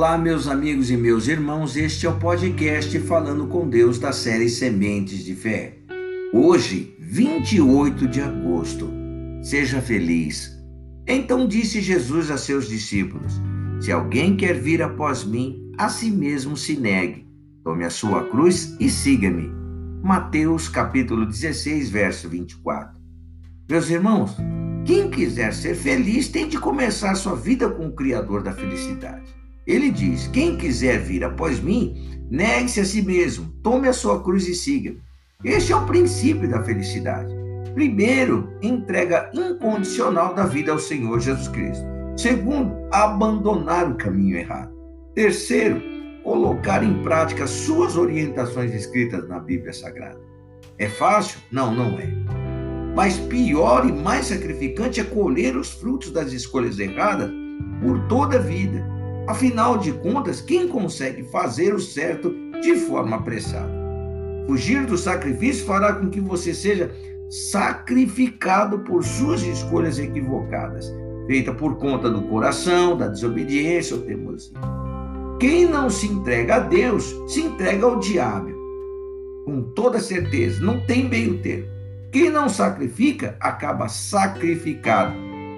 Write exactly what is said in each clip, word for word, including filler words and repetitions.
Olá, meus amigos e meus irmãos, este é o podcast Falando com Deus da série Sementes de Fé. Hoje, vinte e oito de agosto, seja feliz. Então disse Jesus a seus discípulos: se alguém quer vir após mim, a si mesmo se negue, tome a sua cruz e siga-me. Mateus capítulo dezesseis, verso vinte e quatro. Meus irmãos, quem quiser ser feliz tem de começar sua vida com o Criador da felicidade. Ele diz: quem quiser vir após mim, negue-se a si mesmo, tome a sua cruz e siga-me. Este é o princípio da felicidade. Primeiro, entrega incondicional da vida ao Senhor Jesus Cristo. Segundo, abandonar o caminho errado. Terceiro, colocar em prática suas orientações escritas na Bíblia Sagrada. É fácil? Não, não é. Mas pior e mais sacrificante é colher os frutos das escolhas erradas por toda a vida. Afinal de contas, quem consegue fazer o certo de forma apressada? Fugir do sacrifício fará com que você seja sacrificado por suas escolhas equivocadas, feitas por conta do coração, da desobediência ou teimosia. Quem não se entrega a Deus, se entrega ao diabo. Com toda certeza, não tem meio termo. Quem não sacrifica, acaba sacrificado.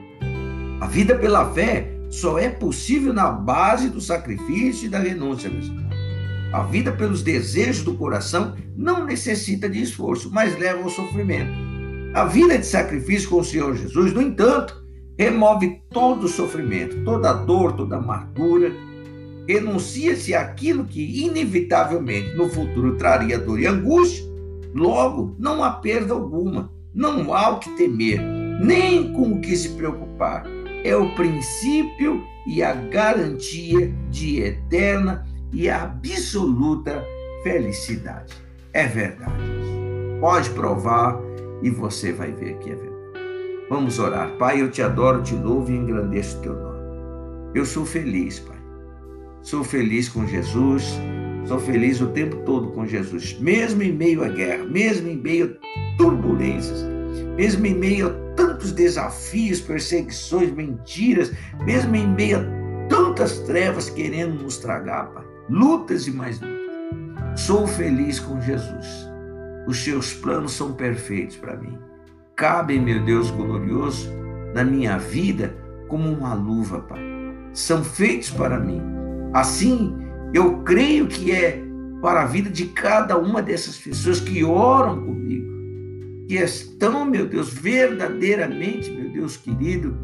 A vida pela fé só é possível na base do sacrifício e da renúncia, meus irmãos. A vida pelos desejos do coração não necessita de esforço, mas leva ao sofrimento. A vida de sacrifício com o Senhor Jesus, no entanto, remove todo o sofrimento, toda a dor, toda a amargura. Renuncia-se àquilo que inevitavelmente no futuro traria dor e angústia. Logo, não há perda alguma, não há o que temer, nem com o que se preocupar. É o princípio e a garantia de eterna e absoluta felicidade. É verdade. Pode provar e você vai ver que é verdade. Vamos orar. Pai, eu te adoro, te louvo e engrandeço o teu nome. Eu sou feliz, Pai. Sou feliz com Jesus. Sou feliz o tempo todo com Jesus. Mesmo em meio à guerra, mesmo em meio a turbulências, mesmo em meio a tantos desafios, perseguições, mentiras, mesmo em meio a tantas trevas querendo nos tragar, Pai. Lutas e mais lutas. Sou feliz com Jesus. Os seus planos são perfeitos para mim. Cabem, meu Deus glorioso, na minha vida como uma luva, Pai. São feitos para mim. Assim, eu creio que é para a vida de cada uma dessas pessoas que oram comigo, que estão, meu Deus, verdadeiramente, meu Deus querido,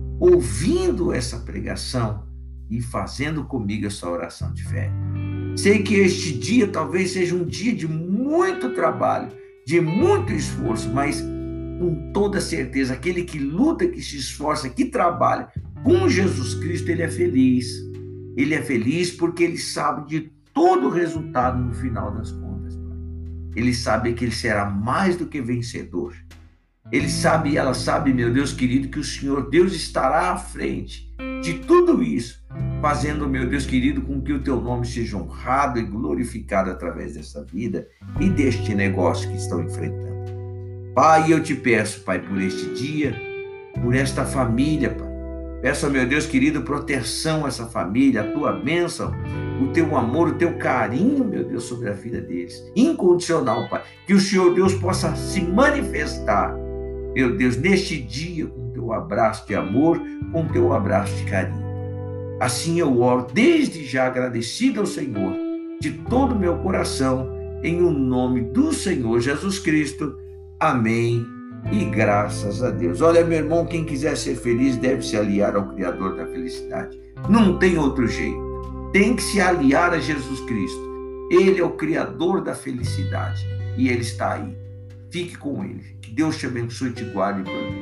ouvindo essa pregação e fazendo comigo essa oração de fé. Sei que este dia talvez seja um dia de muito trabalho, de muito esforço, mas com toda certeza, aquele que luta, que se esforça, que trabalha com Jesus Cristo, ele é feliz. Ele é feliz porque ele sabe de todo o resultado no final das contas. Ele sabe que ele será mais do que vencedor. Ele sabe e ela sabe, meu Deus querido, que o Senhor Deus estará à frente de tudo isso, fazendo, meu Deus querido, com que o teu nome seja honrado e glorificado através dessa vida e deste negócio que estão enfrentando. Pai, eu te peço, Pai, por este dia, por esta família, Pai. Peço, meu Deus querido, proteção a essa família, a tua bênção, o teu amor, o teu carinho, meu Deus, sobre a vida deles. Incondicional, Pai. Que o Senhor Deus possa se manifestar, meu Deus, neste dia, com o teu abraço de amor, com o teu abraço de carinho. Assim eu oro, desde já agradecido ao Senhor, de todo o meu coração, em o nome do Senhor Jesus Cristo. Amém. E graças a Deus. Olha, meu irmão, quem quiser ser feliz deve se aliar ao Criador da felicidade. Não tem outro jeito. Tem que se aliar a Jesus Cristo. Ele é o Criador da felicidade e Ele está aí. Fique com Ele. Que Deus te abençoe, te guarde e proteja.